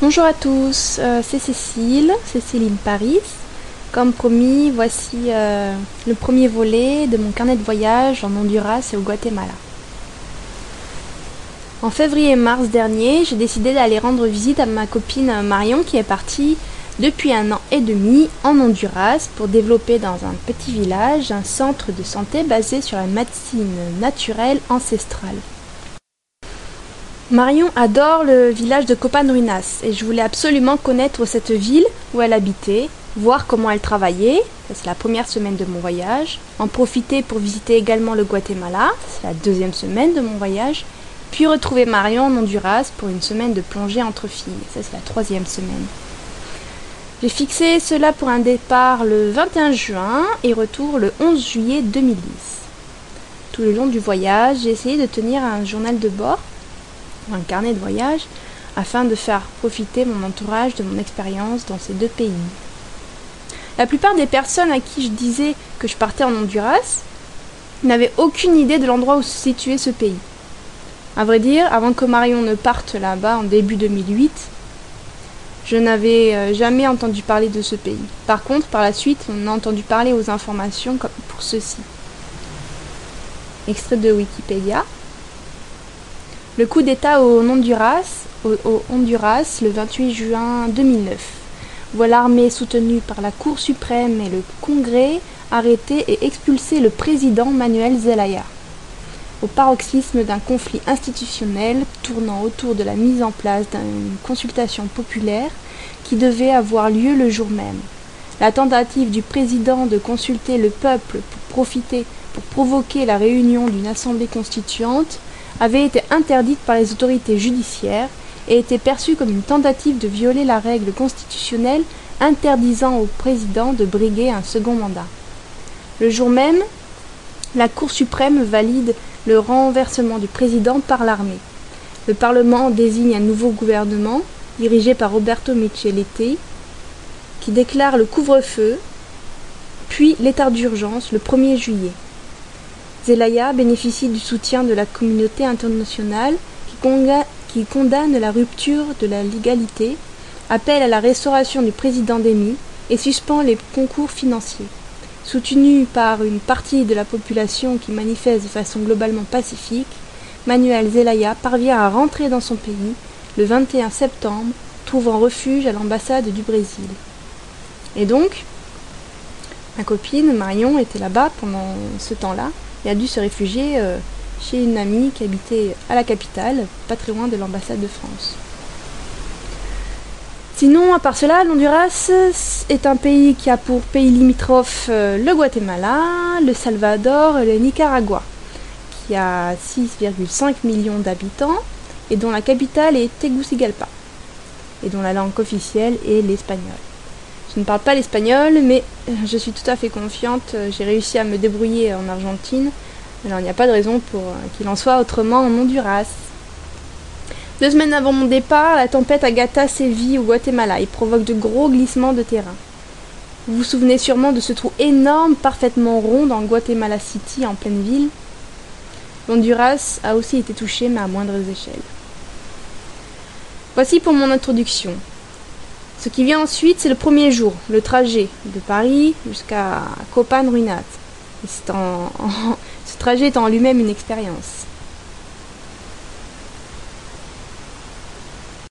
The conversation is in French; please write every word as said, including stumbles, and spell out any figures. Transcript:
Bonjour à tous, euh, c'est Cécile, Cécile in Paris. Comme promis, voici euh, le premier volet de mon carnet de voyage en Honduras et au Guatemala. En février et mars dernier, j'ai décidé d'aller rendre visite à ma copine Marion qui est partie depuis un an et demi en Honduras pour développer dans un petit village un centre de santé basé sur la médecine naturelle ancestrale. Marion adore le village de Copan Ruinas et je voulais absolument connaître cette ville où elle habitait, voir comment elle travaillait, ça c'est la première semaine de mon voyage, en profiter pour visiter également le Guatemala, c'est la deuxième semaine de mon voyage, puis retrouver Marion en Honduras pour une semaine de plongée entre filles, ça c'est la troisième semaine. J'ai fixé cela pour un départ le vingt et un juin et retour le onze juillet deux mille dix. Tout le long du voyage, j'ai essayé de tenir un journal de bord, un carnet de voyage, afin de faire profiter mon entourage de mon expérience dans ces deux pays. La plupart des personnes à qui je disais que je partais en Honduras n'avaient aucune idée de l'endroit où se situait ce pays. À vrai dire, avant que Marion ne parte là-bas en début deux mille huit, je n'avais jamais entendu parler de ce pays. Par contre, par la suite, on a entendu parler aux informations comme pour ceci. Extrait de Wikipédia. Le coup d'État au Honduras, au, au Honduras le vingt-huit juin deux mille neuf. Voit l'armée soutenue par la Cour suprême et le Congrès arrêter et expulser le président Manuel Zelaya. Au paroxysme d'un conflit institutionnel tournant autour de la mise en place d'une consultation populaire qui devait avoir lieu le jour même. La tentative du président de consulter le peuple pour profiter, pour provoquer la réunion d'une assemblée constituante avait été interdite par les autorités judiciaires et était perçue comme une tentative de violer la règle constitutionnelle interdisant au président de briguer un second mandat. Le jour même, la Cour suprême valide le renversement du président par l'armée. Le Parlement désigne un nouveau gouvernement, dirigé par Roberto Micheletti, qui déclare le couvre-feu, puis l'état d'urgence le premier juillet. Zelaya bénéficie du soutien de la communauté internationale qui, conga, qui condamne la rupture de la légalité, appelle à la restauration du président démis et suspend les concours financiers. Soutenu par une partie de la population qui manifeste de façon globalement pacifique, Manuel Zelaya parvient à rentrer dans son pays le vingt et un septembre, trouvant refuge à l'ambassade du Brésil. Et donc, ma copine Marion était là-bas pendant ce temps-là et a dû se réfugier euh, chez une amie qui habitait à la capitale, pas très loin de l'ambassade de France. Sinon, à part cela, l'Honduras est un pays qui a pour pays limitrophes euh, le Guatemala, le Salvador et le Nicaragua, qui a six virgule cinq millions d'habitants et dont la capitale est Tegucigalpa, et dont la langue officielle est l'espagnol. Je ne parle pas l'espagnol, mais je suis tout à fait confiante, j'ai réussi à me débrouiller en Argentine, alors il n'y a pas de raison pour qu'il en soit autrement en Honduras. Deux semaines avant mon départ, la tempête Agatha sévit au Guatemala et provoque de gros glissements de terrain. Vous vous souvenez sûrement de ce trou énorme, parfaitement rond dans Guatemala City, en pleine ville. L'Honduras a aussi été touché, mais à moindres échelles. Voici pour mon introduction. Ce qui vient ensuite, c'est le premier jour, le trajet de Paris jusqu'à Copan Ruinas. En, en, ce trajet est en lui-même une expérience.